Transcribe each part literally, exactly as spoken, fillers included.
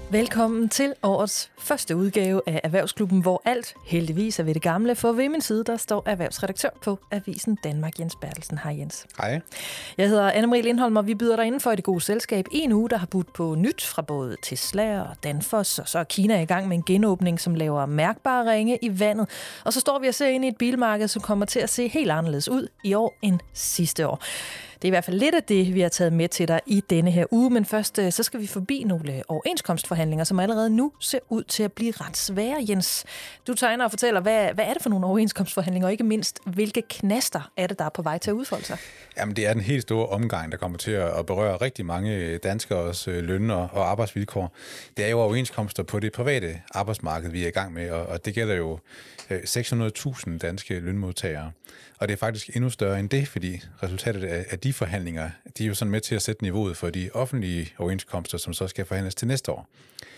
Velkommen til årets første udgave af Erhvervsklubben, hvor alt heldigvis er ved det gamle. For ved min side, der står erhvervsredaktør på Avisen Danmark, Jens Bertelsen. Hej Jens. Hej. Jeg hedder Anne-Marie Lindholm, og vi byder dig indenfor i det gode selskab i en uge, der har budt på nyt fra både Tesla og Danfoss, og så er Kina i gang med en genåbning, som laver mærkbare ringe i vandet. Og så står vi og ser ind i et bilmarked, som kommer til at se helt anderledes ud i år end sidste år. Det er i hvert fald lidt af det, vi har taget med til dig i denne her uge, men først så skal vi forbi nogle overenskomstforhandlinger, som allerede nu ser ud til at blive ret svære, Jens. Du tegner og fortæller, hvad, hvad er det for nogle overenskomstforhandlinger, og ikke mindst, hvilke knaster er det, der er på vej til at udfolde sig? Jamen, det er den helt store omgang, der kommer til at berøre rigtig mange danskeres løn- og arbejdsvilkår. Det er jo overenskomster på det private arbejdsmarked, vi er i gang med, og det gælder jo seks hundrede tusind danske lønmodtagere. Og det er faktisk endnu større end det, fordi resultatet af de forhandlinger, de er jo sådan med til at sætte niveauet for de offentlige overenskomster, som så skal forhandles til næste år.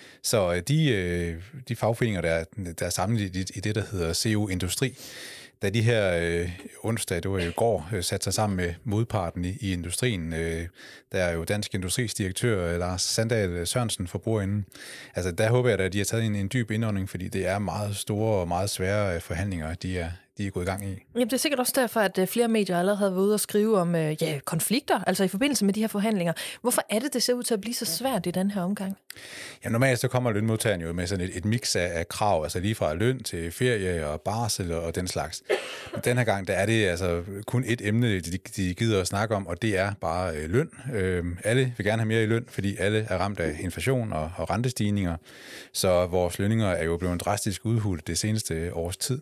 Så de, de fagforeninger, der er, der er samlet i det, der hedder C O Industri, da de her øh, onsdag, det var i går, øh, satte sig sammen med modparten i, i industrien, øh, der er jo Dansk Industris direktør, Lars Sandahl Sørensen for bordenden. Altså, der håber jeg da, at de har taget en, en dyb indånding, fordi det er meget store og meget svære forhandlinger, de er, de er gået i gang i. Jamen, det er sikkert også derfor, at flere medier allerede har været ude og skrive om ja, konflikter, altså i forbindelse med de her forhandlinger. Hvorfor er det, det ser ud til at blive så svært i den her omgang? Ja, normalt så kommer lønmodtagerne jo med sådan et, et mix af, af krav, altså lige fra løn til ferie og barsel og, og den slags. Men den her gang, der er det altså kun et emne, de, de gider at snakke om, og det er bare øh, løn. Øh, alle vil gerne have mere i løn, fordi alle er ramt af inflation og, og rentestigninger, så vores lønninger er jo blevet drastisk udhulet det seneste års tid.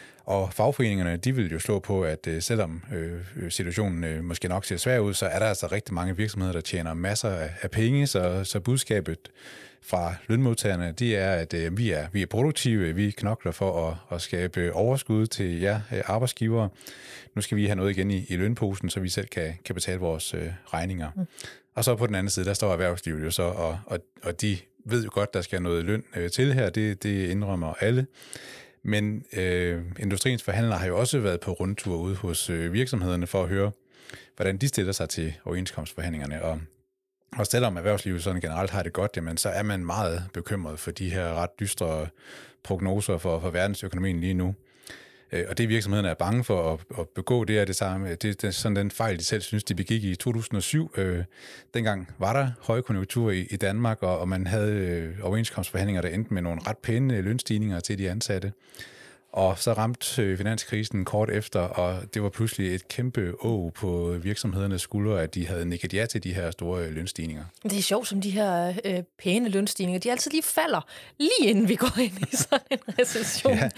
Og fagforeningerne, de vil jo slå på, at øh, selvom øh, situationen øh, måske nok ser svær ud, så er der altså rigtig mange virksomheder, der tjener masser af, af penge, så, så budskabet fra lønmodtagerne, det er, at øh, vi, er, vi er produktive, vi knokler for at, at skabe overskud til jer arbejdsgivere. Nu skal vi have noget igen i, i lønposen, så vi selv kan, kan betale vores øh, regninger. Mm. Og så på den anden side, der står erhvervslivet jo så, og, og, og de ved jo godt, der skal noget løn øh, til her, det, det indrømmer alle. Men øh, industriens forhandlere har jo også været på rundtur ude hos øh, virksomhederne for at høre, hvordan de stiller sig til overenskomstforhandlingerne. Og, og selvom erhvervslivet sådan generelt har det godt, jamen, så er man meget bekymret for de her ret dystre prognoser for, for verdensøkonomien lige nu. Øh, og det virksomhederne er bange for at, at begå, det er det samme. Det, det er sådan den fejl, de selv synes, de begik i to tusind og syv. Øh, dengang var der højkonjunktur i, i Danmark, og, og man havde øh, overenskomstforhandlinger, der endte med nogle ret pæne lønstigninger til de ansatte. Og så ramte finanskrisen kort efter, og det var pludselig et kæmpe åg på virksomhedernes skuldre, at de havde nikket ja til de her store lønstigninger. Det er sjovt, som de her øh, pæne lønstigninger, de altid lige falder, lige inden vi går ind i sådan en recession. Ja.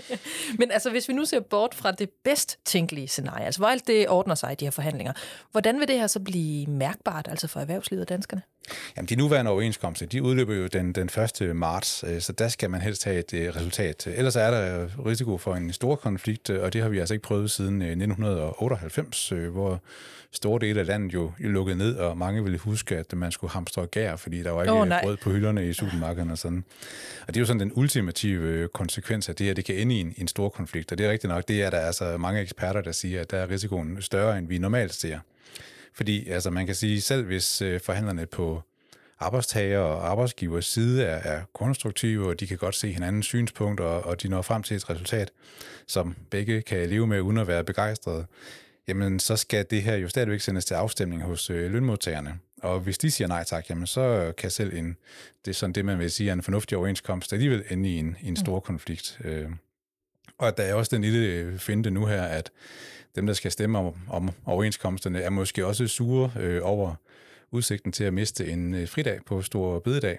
Men altså, hvis vi nu ser bort fra det bedst tænkelige scenarie, altså hvor alt det ordner sig i de her forhandlinger, hvordan vil det her så blive mærkbart, altså for erhvervslivet og danskerne? Jamen, de nuværende overenskomster, de udløber jo den, den første marts, så der skal man helst have et resultat. Ellers er der risiko for en stor konflikt, og det har vi altså ikke prøvet siden nitten otteoghalvfems, hvor store dele af landet jo lukkede ned, og mange ville huske, at man skulle hamstre gær, fordi der var ikke oh, brød på hylderne i supermarkederne og sådan. Og det er jo sådan den ultimative konsekvens af det, at det kan ende i en, en stor konflikt, og det er rigtigt nok, det er der altså mange eksperter, der siger, at der er risikoen større, end vi normalt ser. Fordi altså, man kan sige, selv hvis øh, forhandlerne på arbejdstager og arbejdsgivers side er, er konstruktive, og de kan godt se hinandens synspunkter, og, og de når frem til et resultat, som begge kan leve med uden at være begejstrede, jamen så skal det her jo stadigvæk sendes til afstemning hos øh, lønmodtagerne. Og hvis de siger nej tak, jamen så kan selv en, det er sådan det, man vil sige, er en fornuftig overenskomst, alligevel ende i en, en stor konflikt. Øh. Og der er også den lille finte nu her, at dem, der skal stemme om, om overenskomsterne, er måske også sure øh, over udsigten til at miste en øh, fridag på Store Bededag.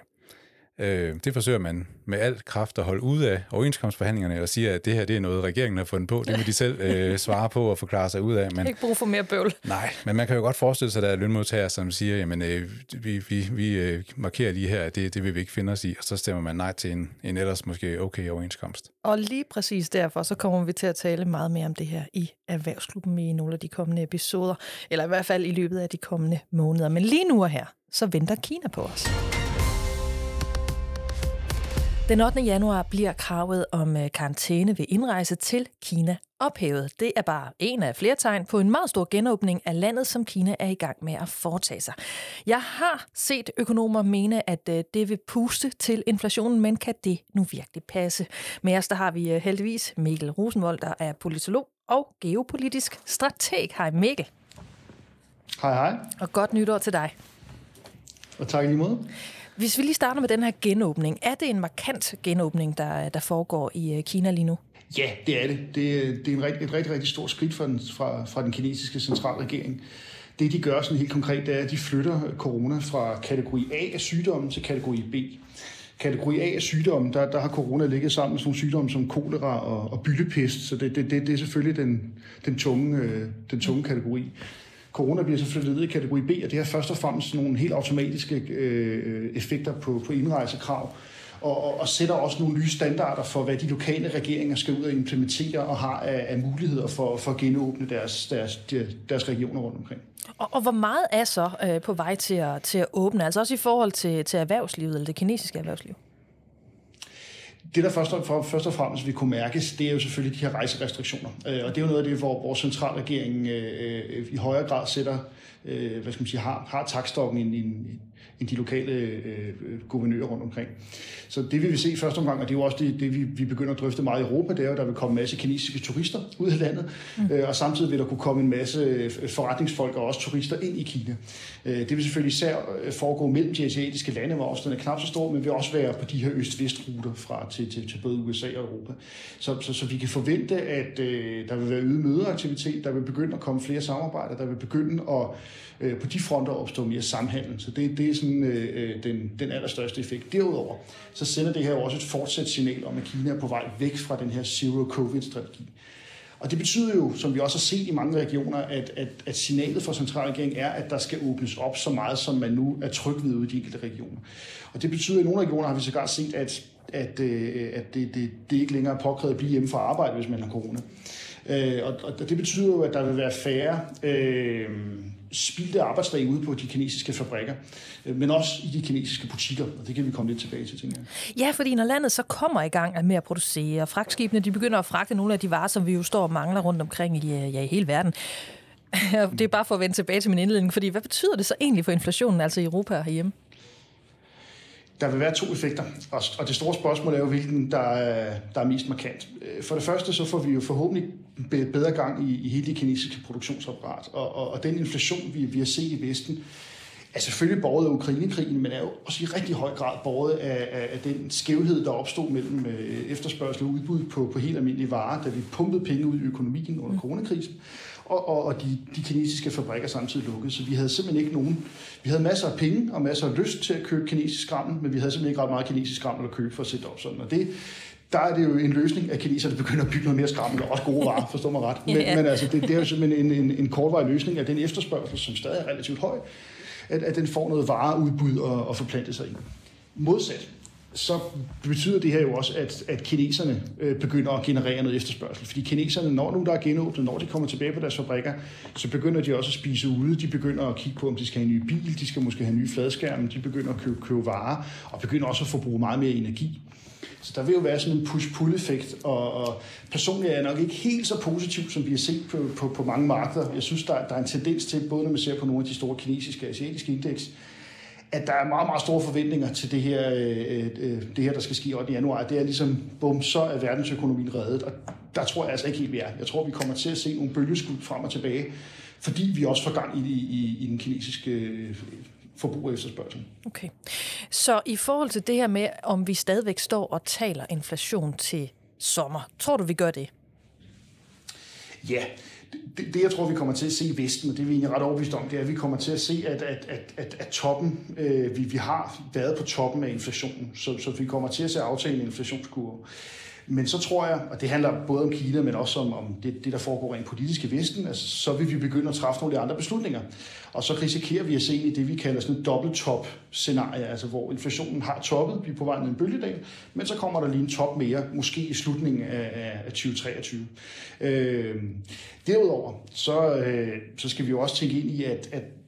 Øh, det forsøger man med al kraft at holde ude af overenskomstforhandlingerne og siger, at det her det er noget, regeringen har fundet på. Det må de selv øh, svare på og forklare sig ud af. Men, ikke brug for mere bøvl. Nej, men man kan jo godt forestille sig, at der er lønmodtagere, som siger, jamen øh, vi, vi, vi øh, markerer lige her, at det, det vil vi ikke finde os i, og så stemmer man nej til en, en ellers måske okay overenskomst. Og lige præcis derfor, så kommer vi til at tale meget mere om det her i Erhvervsklubben i nogle af de kommende episoder, eller i hvert fald i løbet af de kommende måneder. Men lige nu og her, så venter Kina på os. Den ottende januar bliver kravet om karantæne ved indrejse til Kina ophævet. Det er bare en af flere tegn på en meget stor genåbning af landet, som Kina er i gang med at foretage sig. Jeg har set økonomer mene, at det vil puste til inflationen, men kan det nu virkelig passe? Med os der har vi heldigvis Mikkel Rosenvold, der er politolog og geopolitisk strateg. Hej Mikkel. Hej hej. Og godt nytår til dig. Og tak i lige måde. Hvis vi lige starter med den her genåbning, er det en markant genåbning, der, der foregår i Kina lige nu? Ja, det er det. Det, det er en rigtig, et rigtig, rigtig stort skridt fra den, fra, fra den kinesiske centralregering. Det, de gør sådan helt konkret, det er, at de flytter corona fra kategori A af sygdommen til kategori B. Kategori A af sygdommen, der, der har corona ligget sammen med sådan nogle sygdomme som kolera og, og byllepest, så det, det, det, det er selvfølgelig den, den, tunge, den tunge kategori. Corona bliver så flyttet ned i kategori B, og det har først og fremmest nogle helt automatiske øh, effekter på, på indrejsekrav, og, og, og sætter også nogle nye standarder for, hvad de lokale regeringer skal ud og implementere og har af, af muligheder for, for at genåbne deres, deres, deres regioner rundt omkring. Og, og hvor meget er så øh, på vej til at, til at åbne, altså også i forhold til, til erhvervslivet, eller det kinesiske erhvervsliv? Det, der først og, først og fremmest vil kunne mærkes, det er jo selvfølgelig de her rejserestriktioner. Og det er jo noget af det, hvor vores centralregering øh, i højere grad sætter, øh, hvad skal man sige, har, har takstokken end, end, end de lokale øh, guvernører rundt omkring. Så det vil vi se første omgang, og det er jo også det, det vi, vi begynder at drøfte meget i Europa, det er jo, der vil komme en masse kinesiske turister ud af landet, mm. øh, og samtidig vil der kunne komme en masse forretningsfolk og også turister ind i Kina. Øh, det vil selvfølgelig især foregå mellem de asiatiske lande, hvor afstanden er knap så stor, men vil også være på de her øst-vest-ruter fra til, til, til både U S A og Europa. Så, så, så vi kan forvente, at øh, der vil være øget mødeaktivitet, der vil begynde at komme flere samarbejder, der vil begynde at øh, på de fronter opstå mere samhandel. Så det, det er sådan øh, den, den allerstørste effekt. Derudover så sender det her også et fortsat signal om, at Kina er på vej væk fra den her zero-covid-strategi. Og det betyder jo, som vi også har set i mange regioner, at, at, at signalet fra centralregeringen er, at der skal åbnes op så meget, som man nu er tryg ved ude i de enkelte regioner. Og det betyder, at i nogle regioner har vi sågar set, at, at, at det, det, det ikke længere er påkrævet at blive hjemme fra arbejde, hvis man har corona. Og, og det betyder jo, at der vil være færre øh, spildte arbejdsdage ude på de kinesiske fabrikker, men også i de kinesiske butikker, og det kan vi komme lidt tilbage til, tænker jeg. Ja, fordi når landet så kommer i gang med at producere, fragtskibene de begynder at fragte nogle af de varer, som vi jo står og mangler rundt omkring i, ja, i hele verden. Det er bare for at vende tilbage til min indledning, fordi hvad betyder det så egentlig for inflationen, altså i Europa og herhjemme? Der vil være to effekter, og det store spørgsmål er jo, hvilken der er, der er mest markant. For det første, så får vi jo forhåbentlig bedre gang i, i hele det kinesiske produktionsapparat, og, og, og den inflation, vi, vi har set i Vesten, er selvfølgelig båret af Ukrainekrigen, men er jo også i rigtig høj grad båret af, af, af den skævhed, der opstod mellem efterspørgsel og udbud på, på helt almindelige varer, da vi pumpede penge ud i økonomien under coronakrisen, og, og, og de, de kinesiske fabrikker samtidig lukkede. Så vi havde simpelthen ikke nogen... Vi havde masser af penge og masser af lyst til at købe kinesisk skrammel, men vi havde simpelthen ikke ret meget kinesisk skrammel at købe for at sætte op sådan. Og det, der er det jo en løsning, at kineserne begynder at bygge noget mere skrammel, og også gode varer, forstår mig ret. Men, yeah. men altså, det, det er jo simpelthen en, en, en kortvarig løsning af den efterspørgsel, som stadig er relativt høj, at, at den får noget vareudbud og, og forplante sig i. Modsat, så betyder det her jo også, at, at kineserne øh, begynder at generere noget efterspørgsel. Fordi kineserne, når nu der er genåbnet, når de kommer tilbage på deres fabrikker, så begynder de også at spise ude. De begynder at kigge på, om de skal have en ny bil, de skal måske have nye fladskærme, de begynder at købe, købe varer, og begynder også at forbruge meget mere energi. Så der vil jo være sådan en push-pull-effekt, og, og personligt er jeg nok ikke helt så positiv, som vi har set på, på, på mange markeder. Jeg synes, der, der er en tendens til, både når man ser på nogle af de store kinesiske og asiatiske indeks, at der er meget, meget store forventninger til det her, øh, øh, det her, der skal ske ottende januar. Det er ligesom, bum, så er verdensøkonomien reddet, og der tror jeg altså ikke helt, vi er. Jeg tror, vi kommer til at se nogle bølgeskud frem og tilbage, fordi vi også får gang i, i, i den kinesiske øh, forbrug og efterspørgsel. Okay. Så i forhold til det her med, om vi stadigvæk står og taler inflation til sommer, tror du, vi gør det? Ja. Det, det, jeg tror, vi kommer til at se i Vesten, og det er vi egentlig ret overbevist om, det er, at vi kommer til at se, at, at, at, at, at toppen, øh, vi, vi har været på toppen af inflationen, så, så vi kommer til at se aftagende inflationskurve. Men så tror jeg, og det handler både om Kina, men også om, om det, det, der foregår rent politisk i Vesten, altså, så vil vi begynde at træffe nogle af de andre beslutninger. Og så risikerer vi at se i det, vi kalder sådan et dobbelt-top-scenarie, altså hvor inflationen har toppet, vi er på vej ned en bølgedal, men så kommer der lige en top mere, måske i slutningen af, af tyve treogtyve. Øh, derudover, så, øh, så skal vi jo også tænke ind i, at, at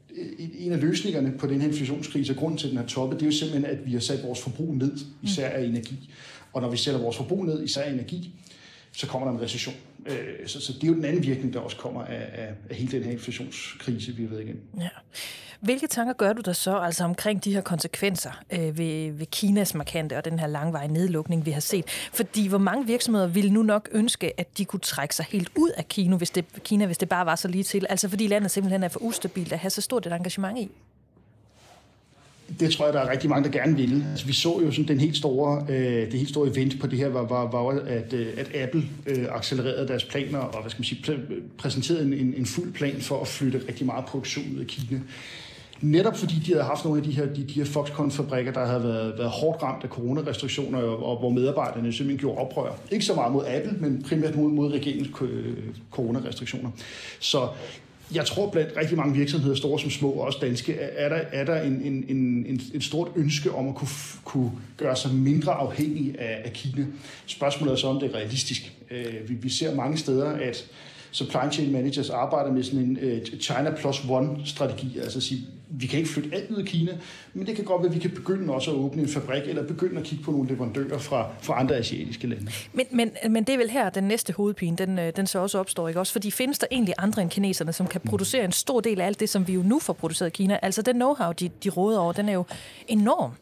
en af løsningerne på den her inflationskrise, og grunden til, at den har toppet, det er jo simpelthen, at vi har sat vores forbrug ned, især af energi. Og når vi sætter vores forbrug ned, især af energi, så kommer der en recession. Så, så det er jo den anden virkning, der også kommer af, af, af hele den her inflationskrise, vi har været igennem. Ja. Hvilke tanker gør du der så altså omkring de her konsekvenser øh, ved, ved Kinas markante og den her langvarige nedlukning, vi har set? Fordi hvor mange virksomheder ville nu nok ønske, at de kunne trække sig helt ud af Kina, hvis det, Kina, hvis det bare var så lige til? Altså fordi landet simpelthen er for ustabilt at have så stort et engagement i? Det tror jeg, der er rigtig mange, der gerne vil. Altså, vi så jo sådan den helt store, øh, det helt store event på det her, var, var, var at, øh, at Apple øh, accelererede deres planer og hvad skal man sige, præsenterede en, en fuld plan for at flytte rigtig meget produktion ud af Kina. Netop fordi de havde haft nogle af de her, de, de her Foxconn-fabrikker, der havde været, været hårdt ramt af coronarestriktioner, og, og hvor medarbejderne simpelthen gjorde oprør. Ikke så meget mod Apple, men primært mod, mod regeringens coronarestriktioner. Så jeg tror, blandt rigtig mange virksomheder, store som små, og også danske, er der, er der en, en, en, et stort ønske om at kunne, kunne gøre sig mindre afhængig af, af Kina. Spørgsmålet er så, om det er realistisk. Vi, vi ser mange steder, at supply chain managers arbejder med sådan en uh, China plus one-strategi, altså at sige, vi kan ikke flytte alt ud af Kina, men det kan godt være, at vi kan begynde også at åbne en fabrik, eller begynde at kigge på nogle leverandører fra, fra andre asiatiske lande. Men, men, men det er vel her, den næste hovedpine, den, den så også opstår, ikke også? Fordi findes der egentlig andre end kineserne, som kan producere en stor del af alt det, som vi jo nu får produceret i Kina? Altså den know-how, de, de råder over, den er jo enorm.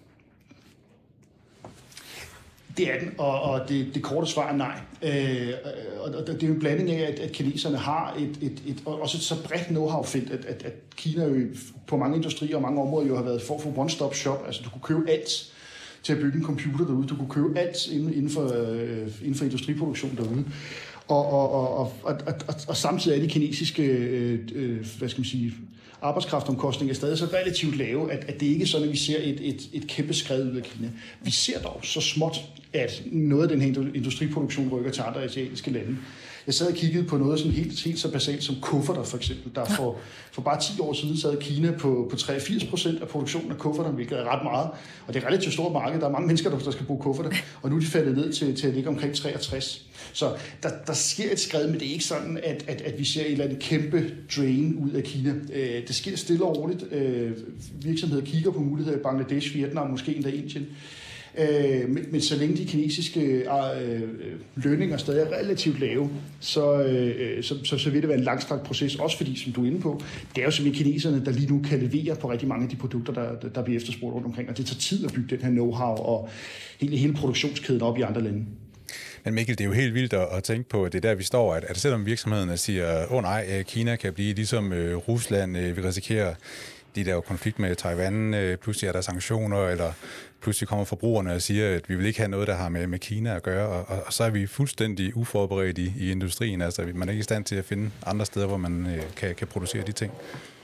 Det er den, og, og det, det korte svar er nej. Øh, og det er jo en blanding af, at, at kineserne har et, et, et, også et så bredt know-how-felt, at, at, at Kina jo på mange industrier og mange områder jo har været for for one-stop shop. Altså du kunne købe alt til at bygge en computer derude. Du kunne købe alt inden for, øh, inden for industriproduktion derude. Og, og, og, og, og, og, og samtidig er de kinesiske øh, øh, hvad skal man sige, arbejdskraftomkostninger er stadig så relativt lave, at, at det ikke er sådan, at vi ser et, et, et kæmpe skred ud af Kina. Vi ser dog så småt, at noget af den her industriproduktion rykker til andre asiatiske lande. Jeg sad og kiggede på noget sådan helt, helt så basalt som kufferter for eksempel. Der for, for bare ti år siden sad Kina på, på treogfirs procent af produktionen af kufferter, hvilket er ret meget. Og det er et relativt stort marked. Der er mange mennesker, der skal bruge kufferter, og nu er de faldet ned til, til at ligge omkring treogtres. Så der, der sker et skred, men det er ikke sådan, at, at, at vi ser et eller andet kæmpe drain ud af Kina. Det sker stille og roligt. Virksomheder kigger på muligheder i Bangladesh, Vietnam, måske endda Indien. Øh, men, men så længe de kinesiske øh, lønninger stadig er relativt lave, så, øh, så, så, så vil det være en langstrakt proces, også fordi, som du er inde på, det er jo simpelthen kineserne, der lige nu kan levere på rigtig mange af de produkter, der, der, der bliver efterspurgt rundt omkring, og det tager tid at bygge den her know-how og hele, hele produktionskæden op i andre lande. Men Mikkel, det er jo helt vildt at tænke på, at det er der, vi står, at, at selvom virksomhederne siger, åh oh, nej, Kina kan blive ligesom øh, Rusland, øh, vi risikerer de der konflikt med Taiwan, øh, pludselig er der sanktioner, eller pludselig kommer forbrugerne og siger, at vi vil ikke have noget, der har med, med Kina at gøre, og, og, og så er vi fuldstændig uforberedt i, i industrien. Altså, man er ikke i stand til at finde andre steder, hvor man øh, kan, kan producere de ting.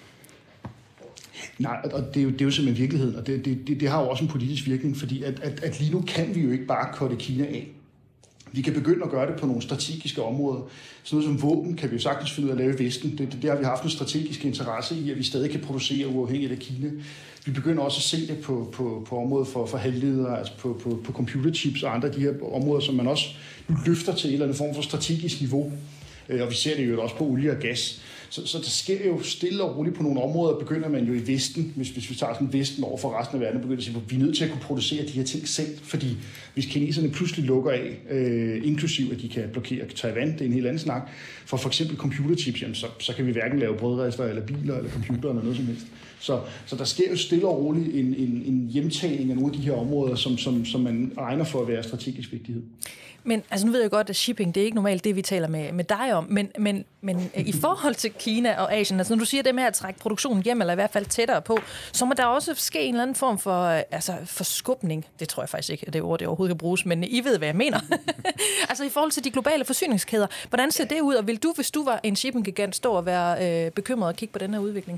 Nej, og det er jo, det er jo simpelthen virkeligheden, og det, det, det har jo også en politisk virkning, fordi at, at, at lige nu kan vi jo ikke bare korte Kina af. Vi kan begynde at gøre det på nogle strategiske områder. Sådan noget som våben kan vi jo sagtens finde ud af at lave i Vesten. Det, det, det har vi haft en strategisk interesse i, at vi stadig kan producere uafhængigt af Kina. Vi begynder også at se det på, på, på området for, for halvledere, altså på, på, på computerchips og andre af de her områder, som man også nu løfter til en eller anden form for strategisk niveau. Og vi ser det jo også på olie og gas. Så, så der sker jo stille og roligt på nogle områder, begynder man jo i Vesten, hvis, hvis vi tager sådan Vesten over for resten af verden, begynder at sige, at vi er nødt til at kunne producere de her ting selv, fordi hvis kineserne pludselig lukker af, øh, inklusiv at de kan blokere Taiwan, det er en helt anden snak, for for eksempel computerchips, jamen, så, så kan vi hverken lave brødrester eller biler eller computer eller noget som helst. Så, så der sker jo stille og roligt en, en, en hjemtagning af nogle af de her områder, som, som, som man regner for at være strategisk vigtighed. Men altså, nu ved jeg godt, at shipping, det er ikke normalt det, vi taler med, med dig om, men, men, men i forhold til Kina og Asien, altså når du siger det med at trække produktionen hjem, eller i hvert fald tættere på, så må der også ske en eller anden form for altså, forskubning. Det tror jeg faktisk ikke, at det ord det overhovedet kan bruges, men I ved, hvad jeg mener. Altså i forhold til de globale forsyningskæder. Hvordan ser det ud, og vil du, hvis du var en shipping-gigant, stå og være øh, bekymret og kigge på den her udvikling?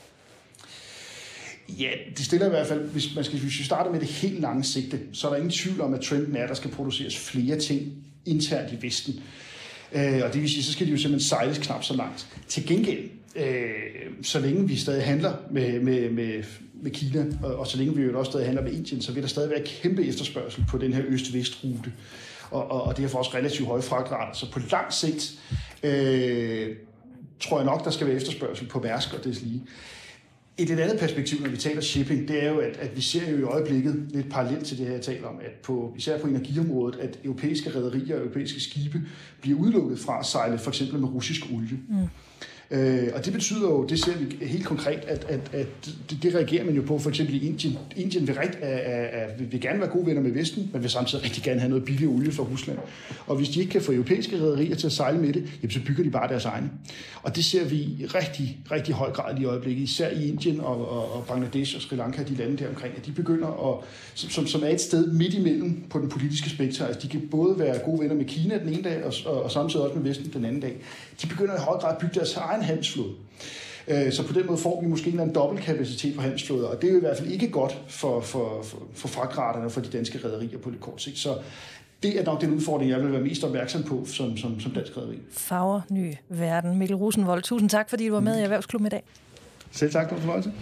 Ja, det stiller i hvert fald, hvis man skal hvis vi starter med det helt lange sigte, så er der ingen tvivl om, at trenden er, at der skal produceres flere ting internt i Vesten. Øh, og det vil sige, så skal de jo simpelthen sejles knap så langt. Til gengæld, øh, så længe vi stadig handler med, med, med, med Kina, og, og så længe vi jo også stadig handler med Indien, så vil der stadig være kæmpe efterspørgsel på den her øst-vest-rute. Og, og, og det er for os relativt høje fragtrater. Så på lang sigt øh, tror jeg nok, der skal være efterspørgsel på Mærsk og deslige. Et lidt andet perspektiv, når vi taler shipping, det er jo, at, at vi ser jo i øjeblikket lidt parallelt til det her, jeg taler om, at på, især på energiområdet, at europæiske rederier og europæiske skibe bliver udelukket fra at sejle for eksempel med russisk olie. Mm. Øh, og det betyder jo, det ser vi helt konkret, at, at, at det, det reagerer man jo på, for eksempel i Indien. Indien vil, rigt, er, er, vil gerne være gode venner med Vesten, men vil samtidig rigtig gerne have noget billig olie fra Rusland. Og hvis de ikke kan få europæiske rederier til at sejle med det, jamen, så bygger de bare deres egne. Og det ser vi i rigtig, rigtig høj grad i øjeblikket, især i Indien og, og, og Bangladesh og Sri Lanka, de lande der omkring, at de begynder at, som, som er et sted midt imellem på den politiske spektrum. Altså, de kan både være gode venner med Kina den ene dag, og, og, og samtidig også med Vesten den anden dag. De begynder i høj grad at bygge deres egen handelsflåde. Så på den måde får vi måske en eller anden dobbeltkapacitet på handelsflåder, og det er jo i hvert fald ikke godt for, for, for, for fragtraterne og for de danske rederier på lidt kort sigt. Så det er nok den udfordring, jeg vil være mest opmærksom på som, som, som dansk rederi. Farver ny verden. Mikkel Rosenvold, tusind tak, fordi du var med mm. i Erhvervsklubben i dag. Selv tak, det var fornøjelse.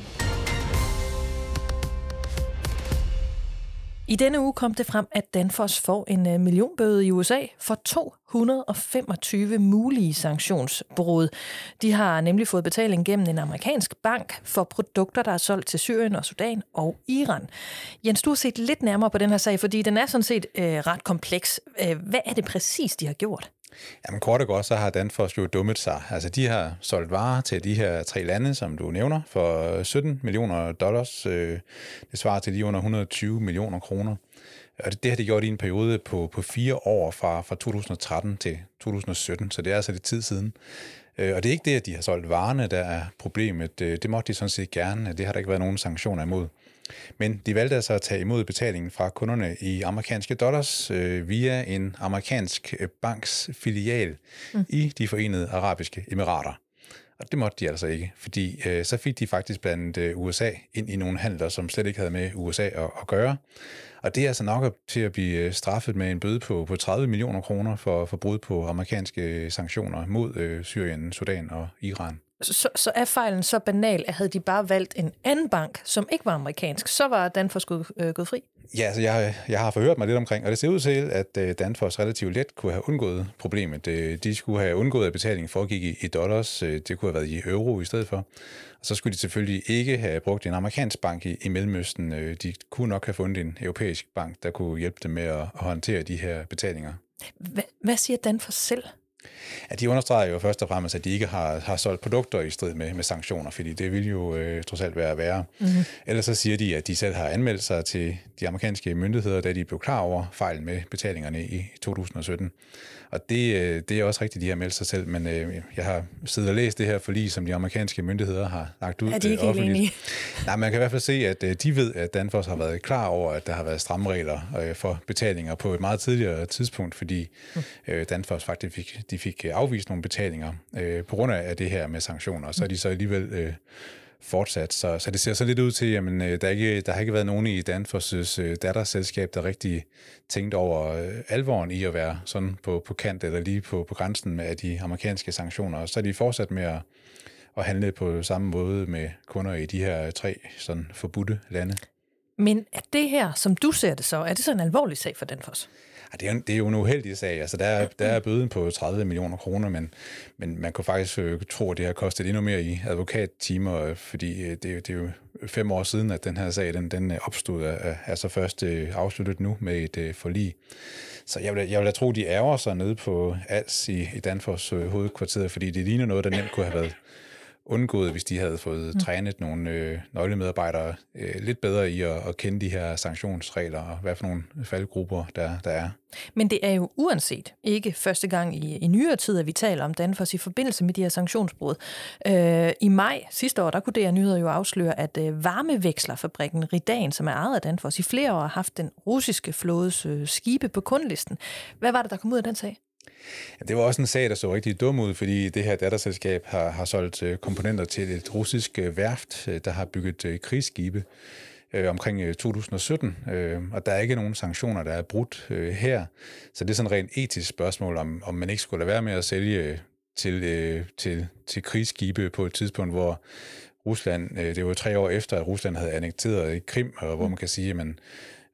I denne uge kom det frem, at Danfoss får en millionbøde i U S A for to hundrede og femogtyve mulige sanktionsbrud. De har nemlig fået betaling gennem en amerikansk bank for produkter, der er solgt til Syrien og Sudan og Iran. Jens, du har set lidt nærmere på den her sag, fordi den er sådan set øh, ret kompleks. Hvad er det præcis, de har gjort? Jamen kort og godt, så har Danfoss jo dummet sig. Altså de har solgt varer til de her tre lande, som du nævner, for sytten millioner dollars. Det svarer til lige under et hundrede og tyve millioner kroner. Og det, det har de gjort i en periode på, på fire år fra, fra to tusind og tretten til to tusind og sytten, så det er altså lidt tid siden. Og det er ikke det, at de har solgt varerne, der er problemet. Det måtte de sådan set gerne. Det har der ikke været nogen sanktioner imod. Men de valgte altså at tage imod betalingen fra kunderne i amerikanske dollars øh, via en amerikansk banks filial mm. i de Forenede Arabiske Emirater. Og det måtte de altså ikke, fordi øh, så fik de faktisk blandt øh, U S A ind i nogle handler, som slet ikke havde med U S A at, at gøre. Og det er altså nok til at blive straffet med en bøde på, på tredive millioner kroner for, for brud på amerikanske sanktioner mod øh, Syrien, Sudan og Iran. Så, så er fejlen så banal, at havde de bare valgt en anden bank, som ikke var amerikansk, så var Danfoss gået, øh, gået fri? Ja, altså jeg, jeg har forhørt mig lidt omkring, og det ser ud til, at Danfoss relativt let kunne have undgået problemet. De skulle have undgået, at betalingen foregik i dollars. Det kunne have været i euro i stedet for. Og så skulle de selvfølgelig ikke have brugt en amerikansk bank i, i Mellemøsten. De kunne nok have fundet en europæisk bank, der kunne hjælpe dem med at, at håndtere de her betalinger. Hvad, hvad siger Danfoss selv? Ja, de understreger jo først og fremmest, at de ikke har, har solgt produkter i strid med, med sanktioner, fordi det vil jo øh, trods alt være værre. Mm-hmm. Ellers så siger de, at de selv har anmeldt sig til de amerikanske myndigheder, da de blev klar over fejlen med betalingerne i to tusind og sytten. Og det, det er også rigtigt, de har meldt sig selv, men øh, jeg har siddet og læst det her forlig, som de amerikanske myndigheder har lagt ud. Er de ikke helt enige? Nej, man kan i hvert fald se, at øh, de ved, at Danfoss har været klar over, at der har været stramme regler øh, for betalinger på et meget tidligere tidspunkt, fordi øh, Danfoss faktisk fik, de fik afvist nogle betalinger øh, på grund af det her med sanktioner, og så er de så alligevel øh, fortsat. Så, så det ser så lidt ud til, at der, er ikke, der har ikke været nogen i Danfoss' øh, datterselskab, der rigtig tænkte over øh, alvoren i at være sådan på, på kant eller lige på, på grænsen med de amerikanske sanktioner. Og så er de fortsat med at, at handle på samme måde med kunder i de her tre sådan forbudte lande. Men er det her, som du ser det så, er det så en alvorlig sag for Danfoss? Det er, det er jo en uheldig sag. Altså, der, er, der er bøden på tredive millioner kroner, men, men man kunne faktisk øh, tro, at det har kostet endnu mere i advokattimer, fordi øh, det, det er jo fem år siden, at den her sag den, den opstod, er altså først øh, afsluttet nu med et øh, forlig. Så jeg vil, jeg vil da tro, de ærger sig nede på Als i, i Danfoss øh, hovedkvarteret, fordi det ligner noget, der nemt kunne have været undgået, hvis de havde fået mm. trænet nogle øh, nøglemedarbejdere øh, lidt bedre i at, at kende de her sanktionsregler og hvad for nogle faldgrupper der, der er. Men det er jo uanset ikke første gang i, i nyere tid, at vi taler om Danfoss i forbindelse med de her sanktionsbrud. Øh, I maj sidste år, der kunne D R Nyheder jo afsløre, at øh, varmevekslerfabrikken Ridan, som er ejet af Danfoss, i flere år har haft den russiske flådes øh, skibe på kundlisten. Hvad var det, der kom ud af den sag? Ja, det var også en sag, der så rigtig dum ud, fordi det her datterselskab har, har solgt komponenter til et russisk værft, der har bygget krigsskibe øh, omkring to tusind og sytten, øh, og der er ikke nogen sanktioner, der er brudt øh, her. Så det er sådan et rent etisk spørgsmål, om, om man ikke skulle lade være med at sælge til, øh, til, til krigsskibe på et tidspunkt, hvor Rusland, øh, det var tre år efter, at Rusland havde annekteret Krim, og hvor man kan sige, at man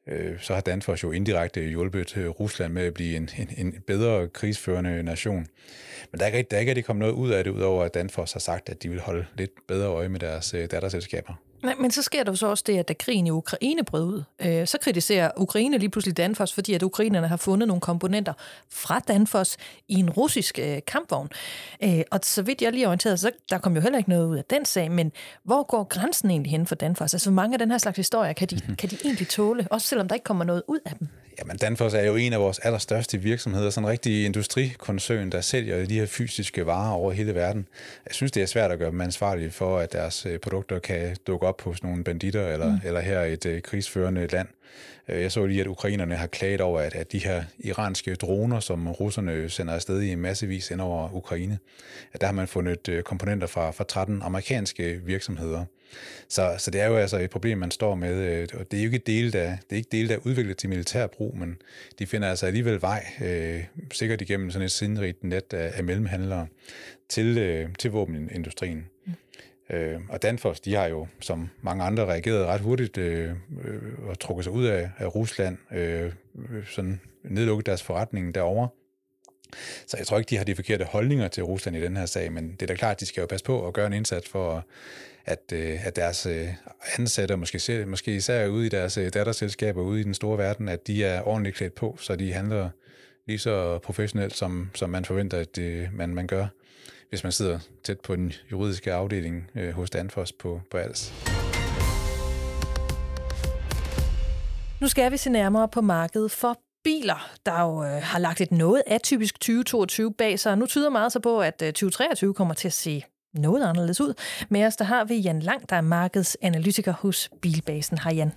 øh, så har Danfoss jo indirekte hjulpet Rusland med at blive en, en, en bedre krigsførende nation. Men der er ikke, der er ikke rigtig kommet noget ud af det, udover at Danfoss har sagt, at de vil holde lidt bedre øje med deres øh, datterselskaber. Men, men så sker der jo så også det, at da krigen i Ukraine brød ud, øh, så kritiserer Ukraine lige pludselig Danfoss, fordi at ukrainerne har fundet nogle komponenter fra Danfoss i en russisk øh, kampvogn. Øh, og så vidt jeg lige orienteret, så der kom jo heller ikke noget ud af den sag, men hvor går grænsen egentlig hen for Danfoss? Altså, hvor mange af den her slags historier kan de, mm-hmm. kan de egentlig tåle, også selvom der ikke kommer noget ud af dem? Jamen, Danfoss er jo en af vores allerstørste virksomheder, sådan en rigtig industrikoncern, der sælger de her fysiske varer over hele verden. Jeg synes, det er svært at gøre dem ansvarlige for, at deres produkter kan dukke op hos nogle banditter, eller, mm. eller her et uh, krigsførende land. Jeg så lige, at ukrainerne har klaget over, at, at de her iranske droner, som russerne sender afsted i massevis ind over Ukraine, at der har man fundet uh, komponenter fra, fra tretten amerikanske virksomheder. Så, så det er jo altså et problem, man står med, og det er jo ikke dele, der, det er ikke dele, der er udviklet til militær brug, men de finder altså alligevel vej, øh, sikkert igennem sådan et sindrigt net af, af mellemhandlere, til, øh, til våbenindustrien. Mm. Øh, og Danfoss, de har jo, som mange andre, reageret ret hurtigt øh, øh, og trukket sig ud af, af Rusland, øh, sådan nedlukket deres forretning derovre. Så jeg tror ikke, de har de forkerte holdninger til Rusland i den her sag, men det er da klart, at de skal jo passe på at gøre en indsats for, at, at deres ansatte, måske, måske især ude i deres datterselskaber ude i den store verden, at de er ordentligt klædt på, så de handler lige så professionelt, som, som man forventer, at det, man, man gør, hvis man sidder tæt på den juridiske afdeling øh, hos Danfoss på, på Als. Nu skal vi se nærmere på markedet for biler, der jo øh, har lagt et noget atypisk tyve toogtyve bag sig. Nu tyder meget så på, at øh, tyve treogtyve kommer til at se noget anderledes ud. Med os der har vi Jan Lang, der er markedsanalytiker hos Bilbasen. Hej Jan.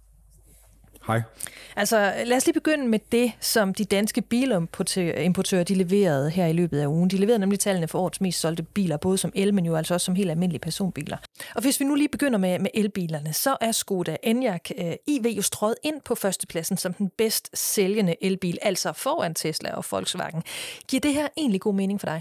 Hej. Altså lad os lige begynde med det, som de danske bilimportører de leverede her i løbet af ugen. De leverede nemlig tallene for årets mest solgte biler, både som el, men jo altså også som helt almindelige personbiler. Og hvis vi nu lige begynder med, med elbilerne, så er Skoda Enyaq uh, I V jo strøget ind på førstepladsen som den bedst sælgende elbil, altså foran Tesla og Volkswagen. Giver det her egentlig god mening for dig?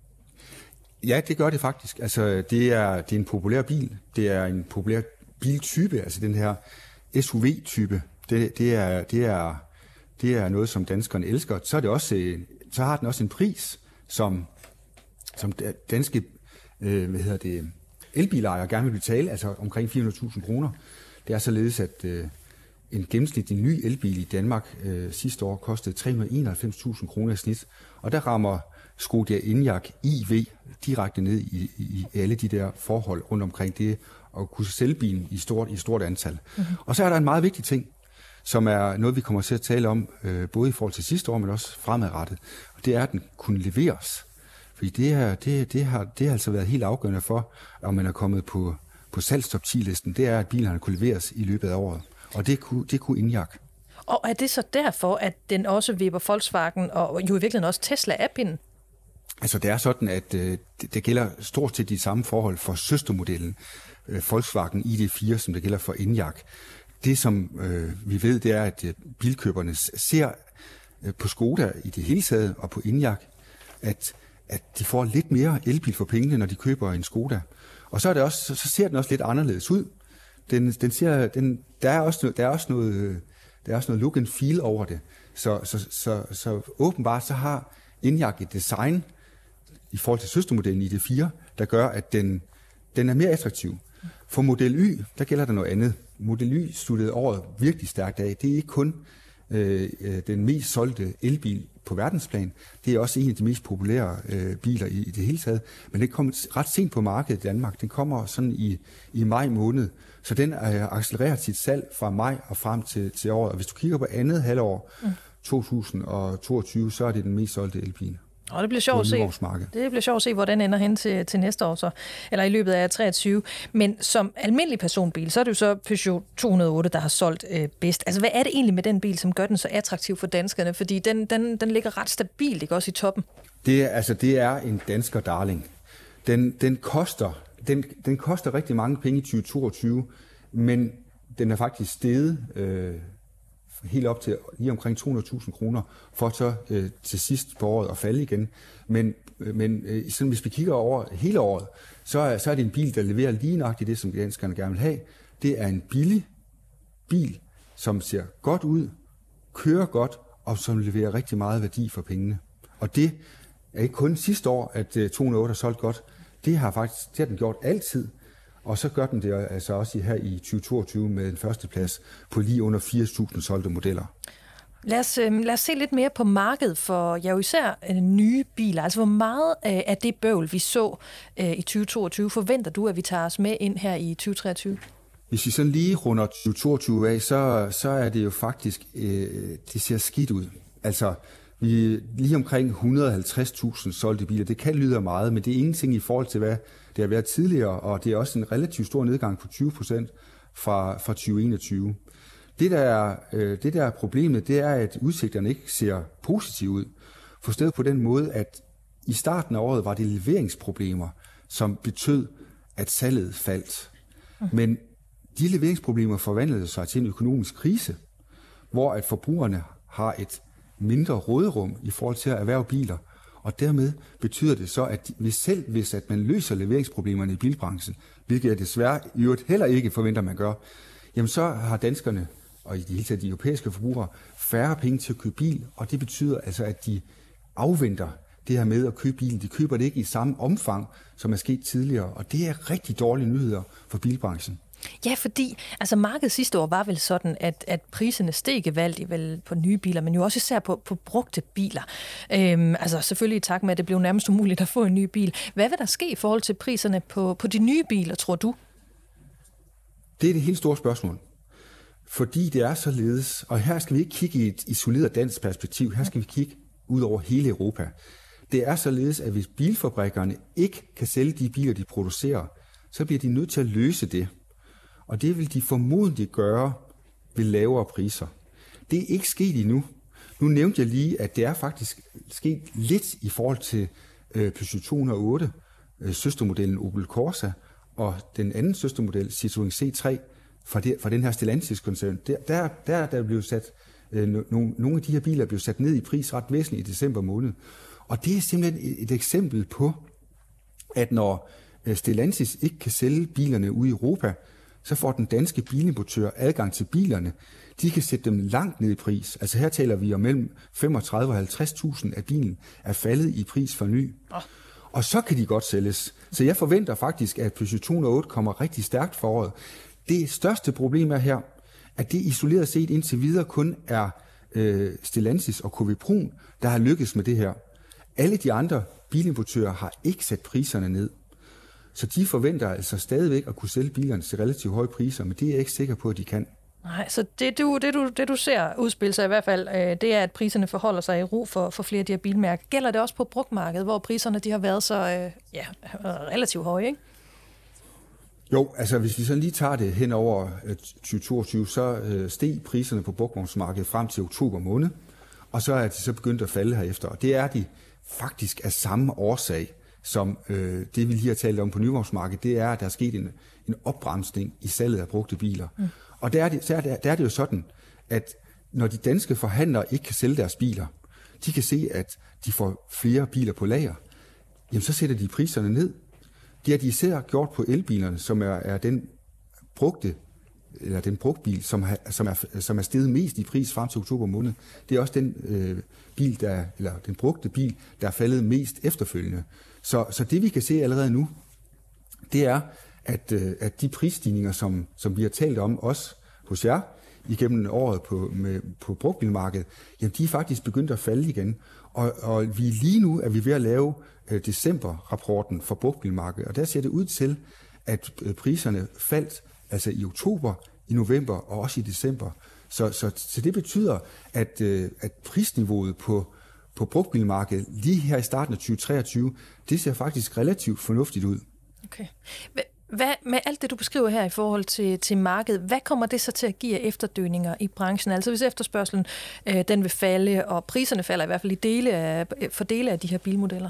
Ja, det gør det faktisk. Altså, det er, det er en populær bil. Det er en populær biltype, altså den her S U V-type. Det, det, er, det, er, det er noget, som danskerne elsker. Så, er det også, så har den også en pris, som, som danske øh, hvad hedder det, elbilejere gerne vil betale, altså omkring fire hundrede tusind kroner. Det er således, at øh, en gennemsnitlig ny elbil i Danmark øh, sidste år kostede tre hundrede og enoghalvfems tusind kroner i snit. Og der rammer Skoda Enyaq I V direkte ned i, i, i alle de der forhold rundt omkring det, og kunne sælge bilen i stort, i stort antal. Mm-hmm. Og så er der en meget vigtig ting, som er noget, vi kommer til at tale om, øh, både i forhold til sidste år, men også fremadrettet. Og det er, at den kunne leveres. Fordi det, her, det, det, har, det har altså været helt afgørende for, om man er kommet på, på salgstop ti-listen. Det er, at bilerne kunne leveres i løbet af året. Og det kunne, det kunne Enyaq. Og er det så derfor, at den også vipper Volkswagen og jo i virkeligheden også Tesla af pinden? Altså det er sådan, at øh, det, det gælder stort set de samme forhold for søstermodellen øh, Volkswagen I D fire, som det gælder for Enyaq. Det, som øh, vi ved, det er, at øh, bilkøberne ser øh, på Skoda i det hele taget og på Enyaq, at, at de får lidt mere elbil for pengene, når de køber en Skoda. Og så, er det også, så ser den også lidt anderledes ud. Den, den ser, den, der, er også, der, er også noget, der er også noget look and feel over det. Så, så, så, så åbenbart så har Enyaq et design i forhold til søstermodellen I D fire, der gør, at den, den er mere attraktiv. For Model Y, der gælder der noget andet. Model Y sluttede året virkelig stærkt af. Det er ikke kun øh, den mest solgte elbil på verdensplan. Det er også en af de mest populære øh, biler i, i det hele taget. Men den kommer ret sent på markedet i Danmark. Den kommer sådan i, i maj måned. Så den er accelereret sit salg fra maj og frem til, til året. Og hvis du kigger på andet halvår mm. to tusind toogtyve, så er det den mest solgte elbil. Og det bliver sjovt at se. Det bliver sjovt at se, hvor den ender hen til, til næste år så, eller i løbet af treogtyve. Men som almindelig personbil, så er det jo så Peugeot to hundrede og otte, der har solgt øh, bedst. Altså hvad er det egentlig med den bil, som gør den så attraktiv for danskerne? Fordi den, den, den ligger ret stabilt, ikke også i toppen? Det er, altså, det er en dansker darling. Den, den, koster, den, den koster rigtig mange penge i tyve toogtyve, men den er faktisk steget øh, helt op til lige omkring to hundrede tusind kroner, for så øh, til sidst på året at falde igen. Men, men øh, sådan, hvis vi kigger over hele året, så er, så er det en bil, der leverer lige nøjagtigt det, som danskerne gerne vil have. Det er en billig bil som ser godt ud, kører godt, og som leverer rigtig meget værdi for pengene. Og det er ikke kun sidste år, at to hundrede og otte har solgt godt. Det har faktisk det har den gjort altid. Og så gør den det altså også her i tyve toogtyve med en førsteplads på lige under firs tusind solgte modeller. Lad os, øh, lad os se lidt mere på markedet for ja, jo især øh, nye biler. Altså, hvor meget øh, af det bøvl, vi så øh, i tyve toogtyve, forventer du, at vi tager os med ind her i tyve treogtyve? Hvis vi sådan lige runder tyve toogtyve af, så, så er det jo faktisk, øh, det ser skidt ud. Altså, vi er lige omkring et hundrede og halvtreds tusind solgte biler. Det kan lyde meget, men det er ingenting i forhold til, hvad det har været tidligere, og det er også en relativt stor nedgang på tyve procent fra, fra tyve enogtyve. Det der, er, øh, det der er problemet, det er, at udsigterne ikke ser positive ud. Forstået på den måde, at i starten af året var det leveringsproblemer, som betød, at salget faldt. Men de leveringsproblemer forvandlede sig til en økonomisk krise, hvor at forbrugerne har et mindre råderum i forhold til at erhverve biler. Og dermed betyder det så, at hvis selv hvis at man løser leveringsproblemerne i bilbranchen, hvilket jeg desværre i øvrigt heller ikke forventer, man gør, jamen så har danskerne og i det hele taget de europæiske forbrugere færre penge til at købe bil, og det betyder altså, at de afventer det her med at købe bilen. De køber det ikke i samme omfang, som er sket tidligere, og det er rigtig dårlige nyheder for bilbranchen. Ja, fordi altså markedet sidste år var vel sådan, at, at priserne steg gevaldigt vel på nye biler, men jo også især på, på brugte biler. Øhm, altså selvfølgelig i takt med, at det blev nærmest umuligt at få en ny bil. Hvad vil der ske i forhold til priserne på, på de nye biler, tror du? Det er det helt store spørgsmål. Fordi det er således, og her skal vi ikke kigge i et isoleret dansk perspektiv, her skal vi kigge ud over hele Europa. Det er således, at hvis bilfabrikkerne ikke kan sælge de biler, de producerer, så bliver de nødt til at løse det. Og det vil de formodentlig gøre ved lavere priser. Det er ikke sket endnu. Nu nævnte jeg lige, at det er faktisk sket lidt i forhold til øh, Peugeot to hundrede og otte, øh, søstermodellen Opel Corsa, og den anden søstermodel Citroën C tre fra, det, fra den her Stellantis-koncern. Der, der, der, der blev sat, øh, no, nogle af de her biler blev sat ned i pris ret væsentligt i december måned. Og det er simpelthen et, et eksempel på, at når øh, Stellantis ikke kan sælge bilerne ude i Europa, så får den danske bilimportør adgang til bilerne. De kan sætte dem langt ned i pris. Altså her taler vi om mellem femogtredive og halvtreds tusind af bilen er faldet i pris for ny. Oh. Og så kan de godt sælges. Så jeg forventer faktisk, at Peugeot to hundrede og otte kommer rigtig stærkt for året. Det største problem er her, at det isoleret set indtil videre kun er øh, Stellantis og K V Brun, der har lykkes med det her. Alle de andre bilimportører har ikke sat priserne ned. Så de forventer altså stadigvæk at kunne sælge bilerne til relativt høje priser, men det er jeg ikke sikker på, at de kan. Nej, så det du, det, du, det du ser udspille sig i hvert fald, øh, det er, at priserne forholder sig i ro for, for flere af de her bilmærker. Gælder det også på brugtmarkedet, hvor priserne de har været så øh, ja, relativt høje, ikke? Jo, altså hvis vi sådan lige tager det hen over tyve toogtyve, så øh, steg priserne på brugtvognsmarkedet frem til oktober måned, og så er de så begyndt at falde herefter. Og det er de faktisk af samme årsag, som øh, det vi lige har talt om på nyvognsmarkedet, det er, at der er sket en, en opbremsning i salget af brugte biler. Mm. Og der er, det, der, er, der er det jo sådan, at når de danske forhandlere ikke kan sælge deres biler, de kan se, at de får flere biler på lager, jamen så sætter de priserne ned. Det har de især gjort på elbilerne, som er, er den brugte eller den brugtbil, som, har, som, er, som er steget mest i pris frem til oktober måned. Det er også den øh, bil, der, eller den brugte bil, der er faldet mest efterfølgende. Så, så det vi kan se allerede nu, det er, at, øh, at de prisstigninger, som, som vi har talt om også hos jer igennem året på, med, på brugtbilmarkedet, jamen de er faktisk begyndt at falde igen. Og, og vi lige nu er vi ved at lave øh, december-rapporten for brugtbilmarkedet, og der ser det ud til, at øh, priserne faldt altså i oktober, i november og også i december. Så, så, så det betyder, at, øh, at prisniveauet på, på brugtbilmarkedet lige her i starten af tyve treogtyve, det ser faktisk relativt fornuftigt ud. Okay. Hvad, med alt det, du beskriver her i forhold til, til markedet, hvad kommer det så til at give af efterdønninger i branchen? Altså hvis efterspørgselen øh, den vil falde, og priserne falder i hvert fald i dele af, for dele af de her bilmodeller?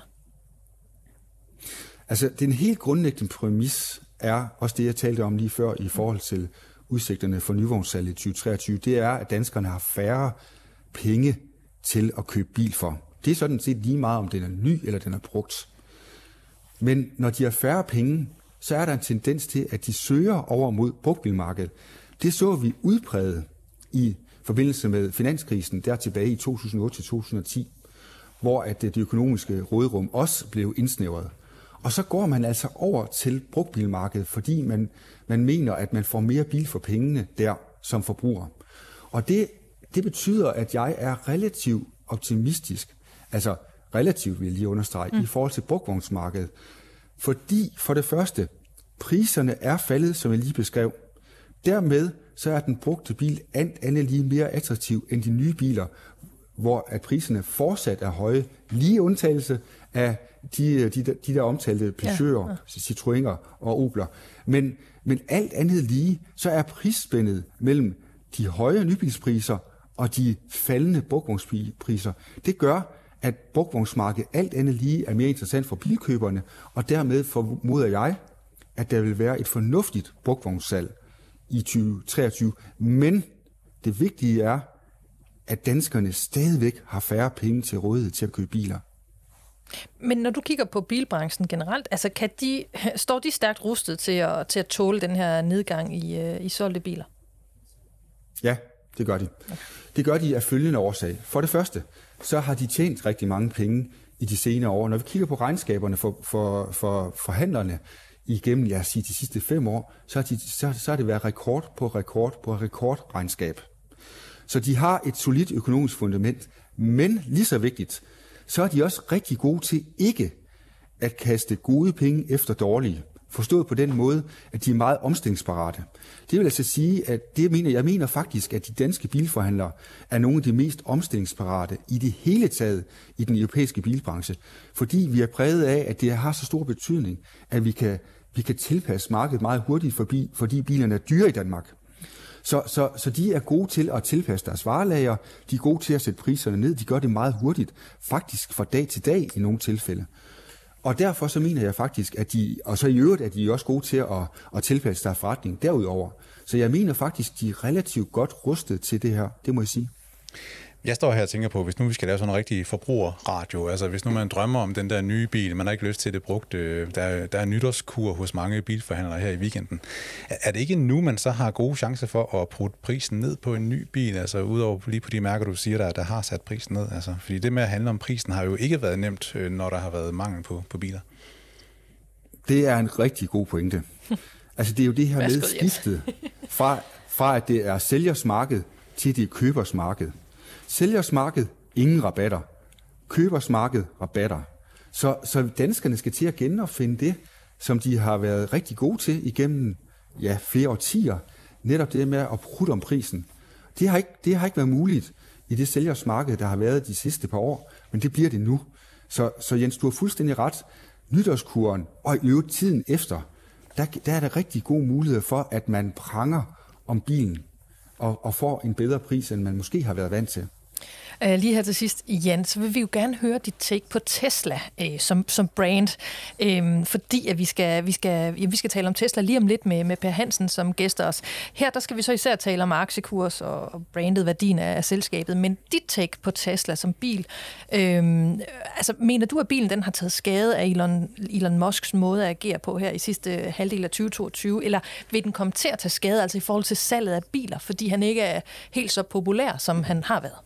Altså den helt grundlæggende præmis er også det, jeg talte om lige før i forhold til udsigterne for nyvognssalget i tyve treogtyve. Det er, at danskerne har færre penge til at købe bil for. Det er sådan set lige meget, om den er ny eller den er brugt. Men når de har færre penge, så er der en tendens til, at de søger over mod brugtbilmarkedet. Det så vi udpræget i forbindelse med finanskrisen, der tilbage i to tusind og otte til to tusind og ti, hvor at det økonomiske råderum også blev indsnævret. Og så går man altså over til brugtbilmarkedet, fordi man, man mener, at man får mere bil for pengene der som forbruger. Og det, det betyder, at jeg er relativt optimistisk, altså relativt vil jeg lige understrege, mm. i forhold til brugtvognsmarkedet. Fordi for det første, priserne er faldet, som jeg lige beskrev. Dermed så er den brugte bil alt andet lige mere attraktiv end de nye biler, hvor at priserne fortsat er høje, lige undtagelse af de, de, de der omtalte Peugeot'er, ja, ja. Citroëner og Opler. Men, men alt andet lige, så er prisspændet mellem de høje nybilspriser og de faldende brugtvognspriser. Det gør, at brugtvognsmarkedet alt andet lige er mere interessant for bilkøberne, og dermed formoder jeg, at der vil være et fornuftigt brugtvognssalg i tyve treogtyve. Men det vigtige er, at danskerne stadigvæk har færre penge til rådighed til at købe biler. Men når du kigger på bilbranchen generelt, altså kan de, står de stærkt rustet til at, til at tåle den her nedgang i, i solgte biler? Ja, det gør de. Det gør de af følgende årsag. For det første, så har de tjent rigtig mange penge i de senere år. Når vi kigger på regnskaberne for, for, for forhandlerne igennem, jeg siger, de sidste fem år, så har, de, så, så har det været rekord på rekord på rekordregnskab. Så de har et solidt økonomisk fundament, men lige så vigtigt, så er de også rigtig gode til ikke at kaste gode penge efter dårlige. Forstået på den måde, at de er meget omstillingsparate. Det vil altså sige, at det mener, jeg mener faktisk, at de danske bilforhandlere er nogle af de mest omstillingsparate i det hele taget i den europæiske bilbranche. Fordi vi er præget af, at det har så stor betydning, at vi kan, vi kan tilpasse markedet meget hurtigt, forbi, fordi bilerne er dyre i Danmark. Så, så, så de er gode til at tilpasse deres varelager, de er gode til at sætte priserne ned, de gør det meget hurtigt, faktisk fra dag til dag i nogle tilfælde. Og derfor så mener jeg faktisk, at de, og så i øvrigt er de også gode til at, at tilpasse deres forretning derudover. Så jeg mener faktisk, de er relativt godt rustet til det her, det må jeg sige. Jeg står her og tænker på, hvis nu vi skal lave sådan en rigtig forbrugerradio, altså hvis nu man drømmer om den der nye bil, man har ikke lyst til det brugte, der, der er nytårskur hos mange bilforhandlere her i weekenden. Er det ikke nu, man så har gode chancer for at putte prisen ned på en ny bil, altså udover lige på de mærker, du siger, der, der har sat prisen ned? Altså, fordi det med at handle om prisen har jo ikke været nemt, når der har været mangel på, på biler. Det er en rigtig god pointe. Altså det er jo det her med skiftet fra, fra at det er sælgers marked til det er købers marked. Sælgers marked, ingen rabatter. Købers marked, rabatter. Så, så danskerne skal til at genopfinde det, som de har været rigtig gode til igennem ja, flere årtier. Netop det med at prutte om prisen. Det har, ikke, det har ikke været muligt i det sælgers marked, der har været de sidste par år, men det bliver det nu. Så, så Jens, du har fuldstændig ret. Nytårskuren og i øvrigt tiden efter, der, der er der rigtig gode muligheder for, at man pranger om bilen og, og får en bedre pris, end man måske har været vant til. Uh, lige her til sidst, Jan, så vil vi jo gerne høre dit take på Tesla uh, som, som brand, uh, fordi at vi, skal, vi, skal, ja, vi skal tale om Tesla lige om lidt med, med Per Hansen som gæster os. Her der skal vi så især tale om aktiekurs og, og brandet, værdien af, af selskabet, men dit take på Tesla som bil, uh, altså mener du, at bilen den har taget skade af Elon, Elon Musks måde at agere på her i sidste halvdel af tyve toogtyve, eller vil den komme til at tage skade altså i forhold til salget af biler, fordi han ikke er helt så populær, som han har været?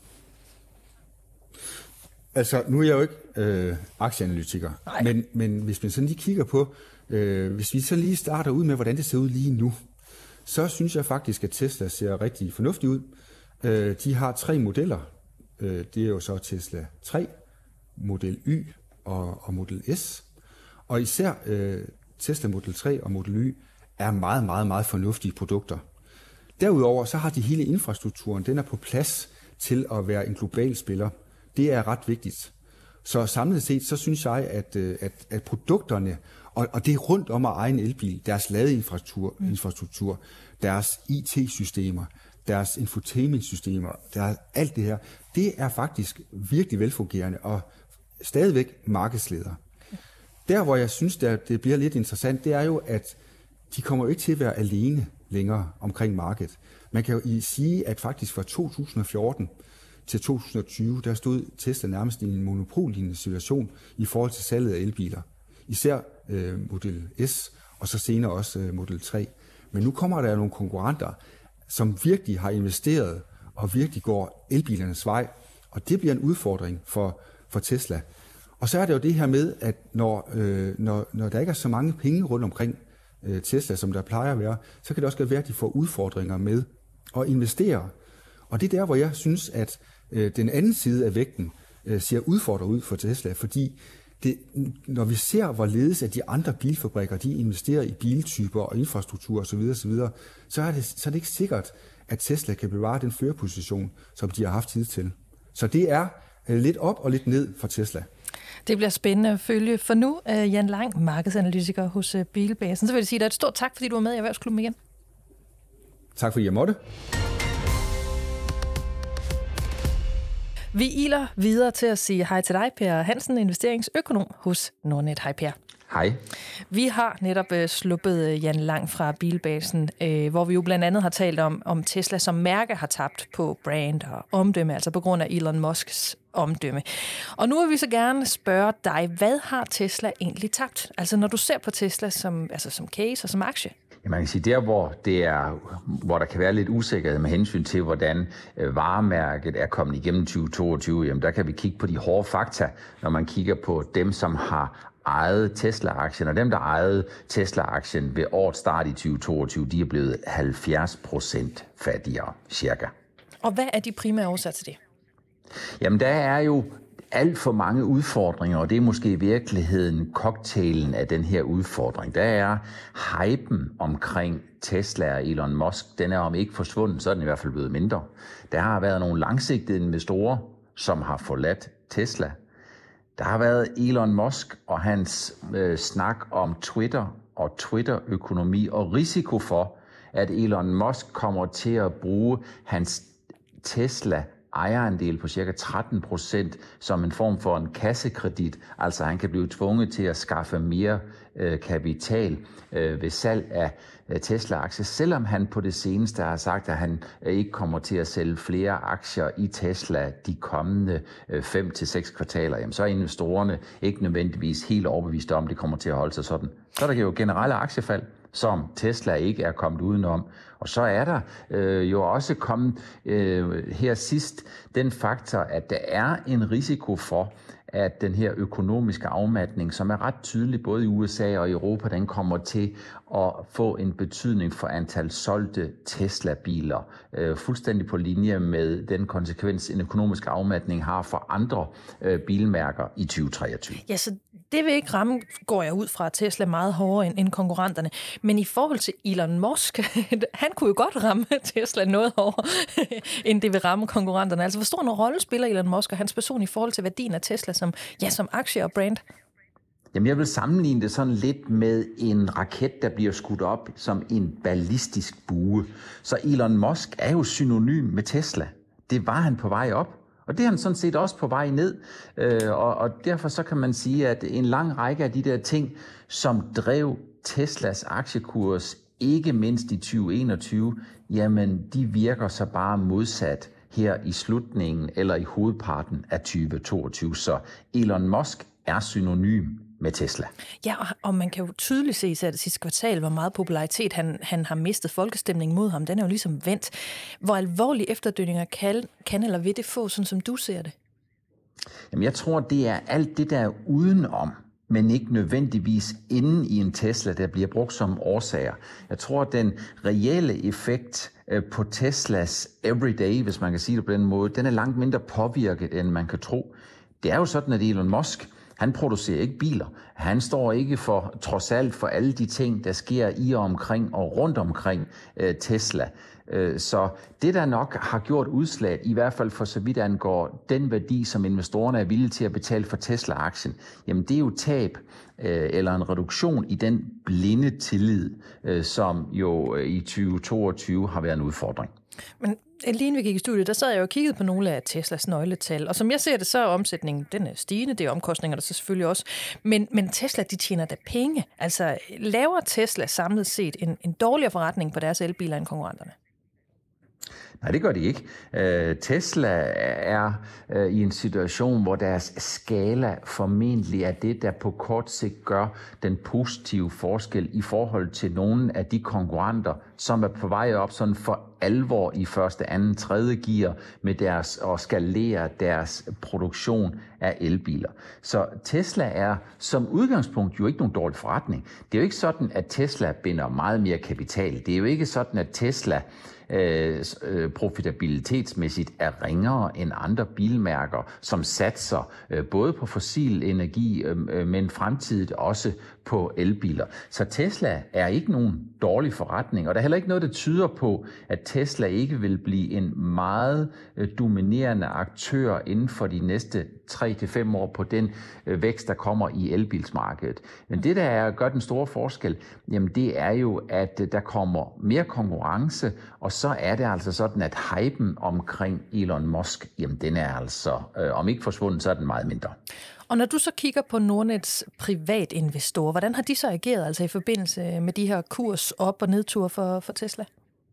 Altså, nu er jeg jo ikke øh, aktieanalytiker, men, men hvis man sådan lige kigger på, øh, hvis vi så lige starter ud med, hvordan det ser ud lige nu, så synes jeg faktisk, at Tesla ser rigtig fornuftigt ud. Øh, de har tre modeller. Øh, det er jo så Tesla tre, Model Y og, og Model S. Og især øh, Tesla Model tre og Model Y er meget, meget, meget fornuftige produkter. Derudover så har de hele infrastrukturen, den er på plads til at være en global spiller. Det er ret vigtigt. Så samlet set, så synes jeg, at, at, at produkterne, og, og det er rundt om at egen elbil, deres ladeinfrastruktur, mm. infrastruktur, deres I T-systemer, deres infotainment-systemer, der, alt det her, det er faktisk virkelig velfungerende og stadigvæk markedsleder. Der, hvor jeg synes, der, det bliver lidt interessant, det er jo, at de kommer jo ikke til at være alene længere omkring markedet. Man kan jo sige, at faktisk fra to tusind og fjorten til to tusind og tyve, der stod Tesla nærmest i en monopollignende situation i forhold til salget af elbiler. Især øh, Model S, og så senere også øh, Model tre. Men nu kommer der nogle konkurrenter, som virkelig har investeret og virkelig går elbilernes vej. Og det bliver en udfordring for, for Tesla. Og så er det jo det her med, at når, øh, når, når der ikke er så mange penge rundt omkring øh, Tesla, som der plejer at være, så kan det også godt være, at de får udfordringer med at investere. Og det er der, hvor jeg synes, at øh, den anden side af vægten øh, ser udfordret ud for Tesla, fordi det, når vi ser, hvorledes at de andre bilfabrikker, de investerer i biltyper og infrastruktur osv., osv., så er det, så er det ikke sikkert, at Tesla kan bevare den førerposition, som de har haft tid til. Så det er øh, lidt op og lidt ned for Tesla. Det bliver spændende at følge. For nu, Jan Lang, markedsanalytiker hos Bilbasen, så vil jeg sige dig et stort tak, fordi du var med i Erhvervsklubben igen. Tak fordi jeg måtte. Vi iler videre til at sige hej til dig, Per Hansen, investeringsøkonom hos Nordnet. Hej Per. Hej. Vi har netop øh, sluppet Jan Lang fra Bilbasen, øh, hvor vi jo blandt andet har talt om, om Tesla som mærke har tabt på brand og omdømme, altså på grund af Elon Musks omdømme. Og nu vil vi så gerne spørge dig, hvad har Tesla egentlig tabt? Altså når du ser på Tesla som, altså som case og som aktie? Ja, man kan sige, der hvor, det er, hvor der kan være lidt usikkerhed med hensyn til, hvordan øh, varemærket er kommet igennem tyve toogtyve, jamen der kan vi kigge på de hårde fakta, når man kigger på dem, som har ejet Tesla-aktien, og dem, der ejede Tesla-aktien ved årets start i tyve toogtyve, de er blevet halvfjerds procent fattigere, cirka. Og hvad er de primære årsager til det? Jamen, der er jo alt for mange udfordringer, og det er måske i virkeligheden cocktailen af den her udfordring. Der er hypen omkring Tesla og Elon Musk, den er om ikke forsvundet, så er den i hvert fald blevet mindre. Der har været nogle langsigtede investorer, som har forladt Tesla. Der har været Elon Musk og hans øh, snak om Twitter og Twitter-økonomi og risiko for, at Elon Musk kommer til at bruge hans Tesla ejerandel på cirka tretten procent som en form for en kassekredit, altså han kan blive tvunget til at skaffe mere øh, kapital øh, ved salg af øh, Tesla-aktier, selvom han på det seneste har sagt, at han øh, ikke kommer til at sælge flere aktier i Tesla de kommende øh, fem til seks kvartaler. Jamen, så er investorerne ikke nødvendigvis helt overbeviste om, at det kommer til at holde sig sådan. Så er der jo generelle aktiefald, som Tesla ikke er kommet udenom. Og så er der øh, jo også kommet øh, her sidst den faktor, at der er en risiko for, at den her økonomiske afmatning, som er ret tydelig både i U S A og Europa, den kommer til at få en betydning for antal solgte Tesla-biler. Øh, fuldstændig på linje med den konsekvens, en økonomisk afmatning har for andre øh, bilmærker i tyve treogtyve. Ja, så det vil ikke ramme, går jeg ud fra, Tesla meget hårdere end, end konkurrenterne. Men i forhold til Elon Musk, han kunne jo godt ramme Tesla noget hårdere, end det vil ramme konkurrenterne. Altså, hvor stor en rolle spiller Elon Musk og hans person i forhold til værdien af Tesla som, ja, som aktie og brand? Jamen, jeg vil sammenligne det sådan lidt med en raket, der bliver skudt op som en ballistisk bue. Så Elon Musk er jo synonym med Tesla. Det var han på vej op. Og det er han sådan set også på vej ned, øh, og, og derfor så kan man sige, at en lang række af de der ting, som drev Teslas aktiekurs, ikke mindst i tyve enogtyve, jamen de virker så bare modsat her i slutningen eller i hovedparten af tyve toogtyve. Så Elon Musk er synonym med Tesla. Ja, og man kan jo tydeligt se, at det sidste kvartal, hvor meget popularitet han, han har mistet, folkestemningen mod ham, den er jo ligesom vendt. Hvor alvorlige efterdønninger kan, kan eller vil det få, sådan som du ser det? Jamen, jeg tror, det er alt det, der er udenom, men ikke nødvendigvis inde i en Tesla, der bliver brugt som årsager. Jeg tror, at den reelle effekt på Teslas everyday, hvis man kan sige det på den måde, den er langt mindre påvirket, end man kan tro. Det er jo sådan, at Elon Musk, han producerer ikke biler. Han står ikke for, trods alt, for alle de ting, der sker i og omkring og rundt omkring øh, Tesla. Øh, så det, der nok har gjort udslag, i hvert fald for så vidt angår den værdi, som investorerne er villige til at betale for Tesla-aktien, jamen det er jo tab øh, eller en reduktion i den blinde tillid, øh, som jo øh, i tyve toogtyve har været en udfordring. Men lige inden vi gik i studiet, der sad jeg jo og kiggede på nogle af Teslas nøgletal, og som jeg ser det, så er omsætningen, den er stigende, det er omkostninger, der så selvfølgelig også, men, men Tesla, de tjener da penge. Altså, laver Tesla samlet set en, en dårligere forretning på deres elbiler end konkurrenterne? Nej, det gør de ikke. Tesla er i en situation, hvor deres skala formentlig er det, der på kort sigt gør den positive forskel i forhold til nogle af de konkurrenter, som er på vej op sådan for alvor i første, anden, tredje gear med deres og skalere deres produktion af elbiler. Så Tesla er som udgangspunkt jo ikke nogen dårlig forretning. Det er jo ikke sådan, at Tesla binder meget mere kapital. Det er jo ikke sådan, at Tesla øh, profitabilitetsmæssigt er ringere end andre bilmærker, som satser øh, både på fossil energi, øh, men fremtidigt også på elbiler. Så Tesla er ikke nogen dårlig forretning, og der er heller ikke noget, der tyder på, at Tesla ikke vil blive en meget øh, dominerende aktør inden for de næste tre til fem år på den øh, vækst, der kommer i elbilsmarkedet. Men det, der er, gør den store forskel, jamen det er jo, at øh, der kommer mere konkurrence, og så er det altså sådan, at hypen omkring Elon Musk, jamen den er altså, øh, om ikke forsvundet, så er den meget mindre. Og når du så kigger på Nordnets privatinvestorer, hvordan har de så ageret altså i forbindelse med de her kurs op- og nedture for, for Tesla?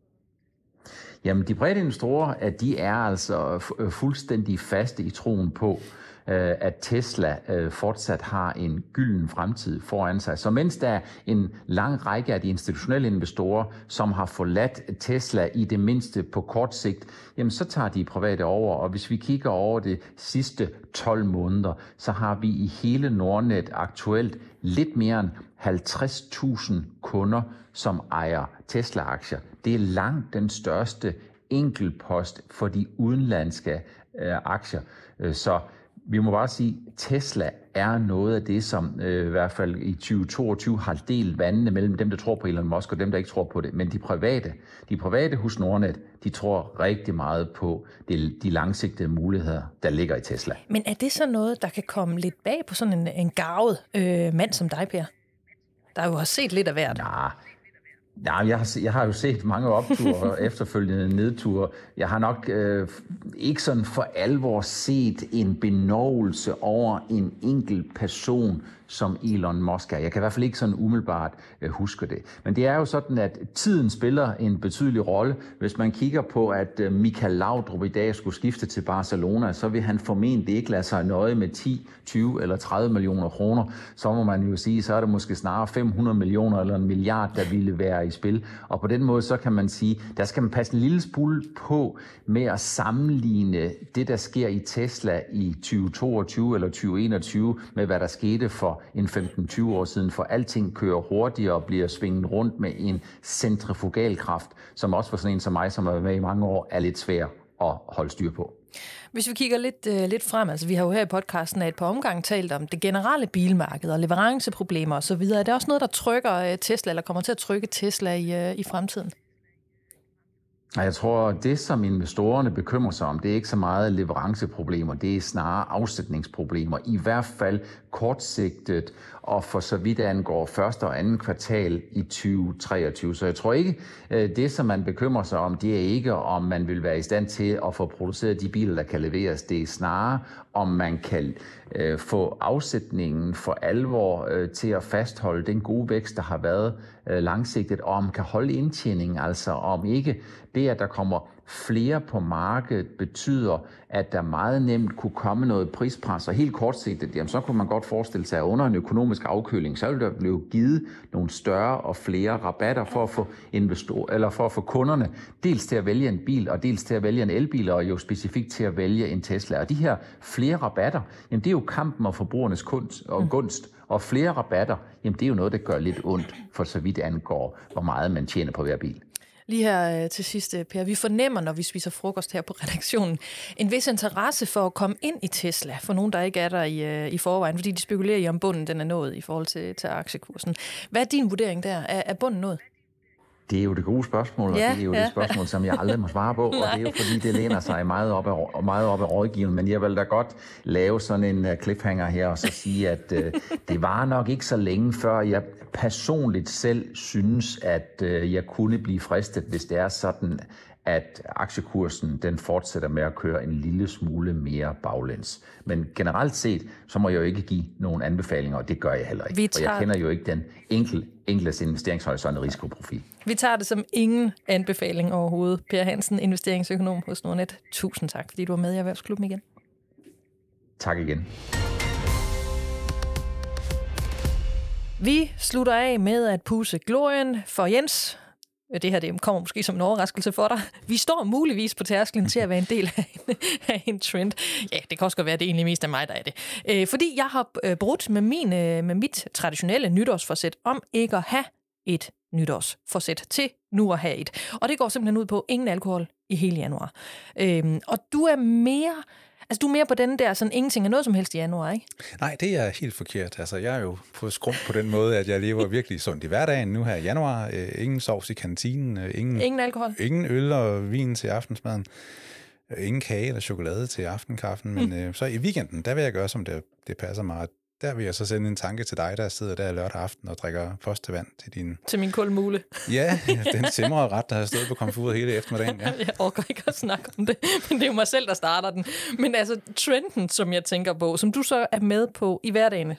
Jamen, de private investorer, at de er altså fuldstændig faste i troen på, at Tesla fortsat har en gylden fremtid foran sig. Så mens der er en lang række af de institutionelle investorer, som har forladt Tesla i det mindste på kort sigt, jamen så tager de private over. Og hvis vi kigger over de sidste tolv måneder, så har vi i hele Nordnet aktuelt lidt mere end halvtreds tusind kunder, som ejer Tesla-aktier. Det er langt den største enkeltpost for de udenlandske øh, aktier. Så vi må bare sige, at Tesla er noget af det, som øh, i hvert fald i tyve toogtyve har delt vandene mellem dem, der tror på Elon Musk og dem, der ikke tror på det. Men de private, de private hos Nordnet, de tror rigtig meget på de, de langsigtede muligheder, der ligger i Tesla. Men er det så noget, der kan komme lidt bag på sådan en, en garvet øh, mand som dig, Per? Der jo har set lidt af hvert. Ja. Ja, jeg har, jeg har jo set mange opture og efterfølgende nedture. Jeg har nok øh, ikke sådan for alvor set en benovelse over en enkelt person, som Elon Musk er. Jeg kan i hvert fald ikke sådan umiddelbart øh, huske det. Men det er jo sådan, at tiden spiller en betydelig rolle. Hvis man kigger på, at øh, Michael Laudrup i dag skulle skifte til Barcelona, så vil han formentlig ikke lade sig nøje med ti, tyve eller tredive millioner kroner. Så må man jo sige, så er det måske snarere fem hundrede millioner eller en milliard, der ville være i spil. Og på den måde, så kan man sige, der skal man passe en lille smule på med at sammenligne det, der sker i Tesla i tyve toogtyve eller tyve enogtyve med, hvad der skete for en femten til tyve år siden, for alting kører hurtigere og bliver svinget rundt med en centrifugalkraft, som også for sådan en som mig, som har været med i mange år, er lidt svær at holde styr på. Hvis vi kigger lidt, øh, lidt frem, altså vi har jo her i podcasten af et par omgange talt om det generelle bilmarked og leveranceproblemer osv. Er det også noget, der trykker øh, Tesla, eller kommer til at trykke Tesla i, øh, i fremtiden? Jeg tror, det som investorerne bekymrer sig om, det er ikke så meget leveranceproblemer, det er snarere afsætningsproblemer, i hvert fald kortsigtet, og for så vidt angår første og anden kvartal i tyve treogtyve. Så jeg tror ikke, det som man bekymrer sig om, det er ikke, om man vil være i stand til at få produceret de biler, der kan leveres. Det er snarere, om man kan øh, få afsætningen for alvor øh, til at fastholde den gode vækst, der har været øh, langsigtet, og om man kan holde indtjeningen, altså om ikke det, at der kommer flere på markedet, betyder, at der meget nemt kunne komme noget prispres, og helt kortsigtet, jamen, så kunne man godt forestille sig, at under en økonomisk afkøling, så ville der blive givet nogle større og flere rabatter for at få investor, eller for at få kunderne dels til at vælge en bil, og dels til at vælge en elbil, og jo specifikt til at vælge en Tesla. Og de her flere rabatter, jamen, det er jo kampen om forbrugernes kunst og gunst, og flere rabatter, jamen, det er jo noget, der gør lidt ondt, for så vidt angår, hvor meget man tjener på hver bil. Lige her til sidst, Per, vi fornemmer, når vi spiser frokost her på redaktionen, en vis interesse for at komme ind i Tesla, for nogen, der ikke er der i, i forvejen, fordi de spekulerer i, om bunden den er nået i forhold til, til aktiekursen. Hvad er din vurdering der? Er, er bunden nået? Det er jo det gode spørgsmål, og ja, det er jo ja. det spørgsmål, som jeg aldrig må svare på, og det er jo fordi, det læner sig meget op af, meget op af rådgiven, men jeg vil da godt lave sådan en cliffhanger her, og så sige, at uh, det var nok ikke så længe før, jeg personligt selv synes, at uh, jeg kunne blive fristet, hvis det er sådan, at aktiekursen den fortsætter med at køre en lille smule mere baglæns. Men generelt set, så må jeg jo ikke give nogen anbefalinger, og det gør jeg heller ikke. Tager... Og jeg kender jo ikke den enkelte, enkelte investeringshorisont og risikoprofil. Vi tager det som ingen anbefaling overhovedet. Per Hansen, investeringsøkonom hos Nordnet. Tusind tak, fordi du var med i Erhvervsklubben igen. Tak igen. Vi slutter af med at pudse glorien for Jens. Det her det kommer måske som en overraskelse for dig. Vi står muligvis på tærsklen til at være en del af en, af en trend. Ja, det kan også godt være, at det egentlig mest er mig, der er det. Øh, fordi jeg har brudt med, min, med mit traditionelle nytårsforsæt om ikke at have et nytårsforsæt til nu at have et. Og det går simpelthen ud på ingen alkohol i hele januar. Øh, og du er mere... Altså, du er mere på den der, sådan ingenting er noget som helst i januar, ikke? Nej, det er helt forkert. Altså, jeg er jo på skrum på den måde, at jeg lever virkelig sundt i hverdagen nu her i januar. Øh, ingen sovs i kantinen. Øh, ingen, ingen alkohol. Ingen øl og vin til aftensmaden. Øh, ingen kage eller chokolade til aftenkaffen. Men mm. øh, så i weekenden, der vil jeg gøre, som det, det passer mig. Der vil jeg så sende en tanke til dig, der sidder der lørdag aften og drikker postevand til din... Til min kulmule. Ja, den simrede ret, der har stået på komfuret hele eftermiddagen. Ja. Jeg orker ikke at snakke om det, men det er jo mig selv, der starter den. Men altså, trenden, som jeg tænker på, som du så er med på i hverdagen,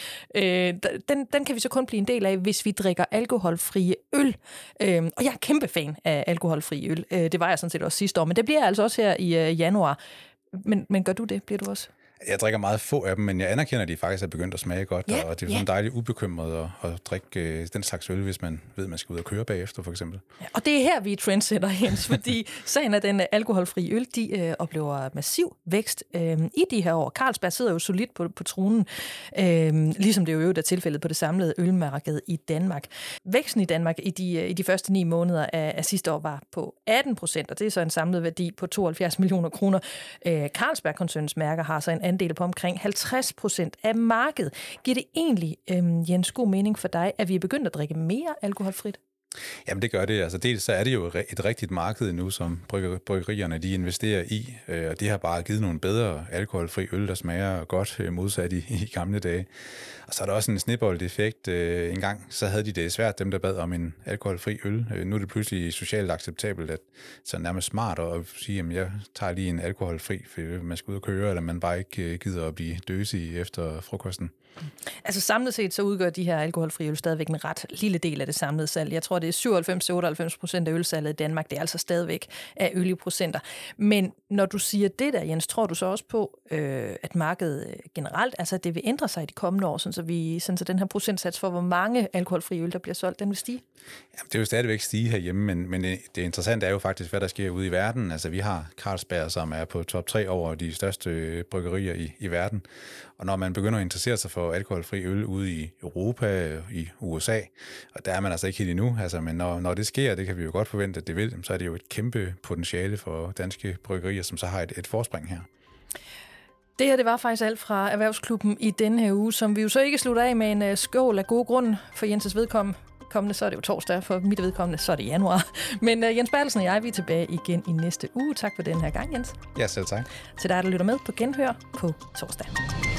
øh, den, den kan vi så kun blive en del af, hvis vi drikker alkoholfrie øl. Øh, og jeg er kæmpe fan af alkoholfri øl. Øh, det var jeg sådan set også sidste år, men det bliver jeg altså også her i øh, januar. Men, men gør du det? Bliver du også? Jeg drikker meget få af dem, men jeg anerkender, at de faktisk er begyndt at smage godt, ja, og det er ja. sådan dejligt ubekymret at, at drikke øh, den slags øl, hvis man ved, at man skal ud og køre bagefter, for eksempel. Ja, og det er her, vi er trendsetter, Jens, fordi sagen af den alkoholfri øl, de øh, oplever massiv vækst øh, i de her år. Carlsberg sidder jo solidt på, på tronen, øh, ligesom det jo er tilfældet på det samlede ølmarked i Danmark. Væksten i Danmark i de, i de første ni måneder af, af sidste år var på atten procent, og det er så en samlet værdi på tooghalvfjerds millioner kroner. Øh, Carlsberg-koncernens mærker har så en andel på omkring halvtreds procent af markedet. Giver det egentlig, øhm, Jens, god mening for dig, at vi er begyndt at drikke mere alkoholfrit? Jamen det gør det. Altså dels så er det jo et rigtigt marked nu, som bryggerierne de investerer i, og det har bare givet nogle bedre alkoholfri øl, der smager godt modsat i, i gamle dage. Og så er der også en sneboldeffekt. En gang så havde de det svært, dem der bad om en alkoholfri øl. Nu er det pludselig socialt acceptabelt, at så nærmest smart at sige, at jeg tager lige en alkoholfri, for man skal ud og køre, eller man bare ikke gider at blive døsig efter frokosten. Altså samlet set så udgør de her alkoholfri øl stadigvæk en ret lille del af det samlede salg. Jeg tror, det er syvoghalvfems til otteoghalvfems procent af ølsalget i Danmark. Det er altså stadigvæk af øl i procenter. Men når du siger det der, Jens, tror du så også på, øh, at markedet generelt, altså det vil ændre sig i de kommende år, sådan så, vi, sådan så den her procentsats for, hvor mange alkoholfri øl, der bliver solgt, den vil stige? Jamen, det vil stadigvæk stige herhjemme, men, men det interessante er jo faktisk, hvad der sker ude i verden. Altså vi har Carlsberg, som er på top tre over de største bryggerier i, i verden. Og når man begynder at interessere sig for alkoholfri øl ude i Europa, i U S A, og der er man altså ikke helt endnu, altså, men når, når det sker, det kan vi jo godt forvente, at det vil, så er det jo et kæmpe potentiale for danske bryggerier, som så har et, et forspring her. Det her, det var faktisk alt fra Erhvervsklubben i denne her uge, som vi jo så ikke slutter af med en skål af gode grund for Jens' vedkommende. Så er det jo torsdag, for mit vedkommende, så er det januar. Men uh, Jens Bertelsen og jeg, vi er tilbage igen i næste uge. Tak for den her gang, Jens. Ja, selv tak. Til dig, der lytter med på Genhør på torsdag.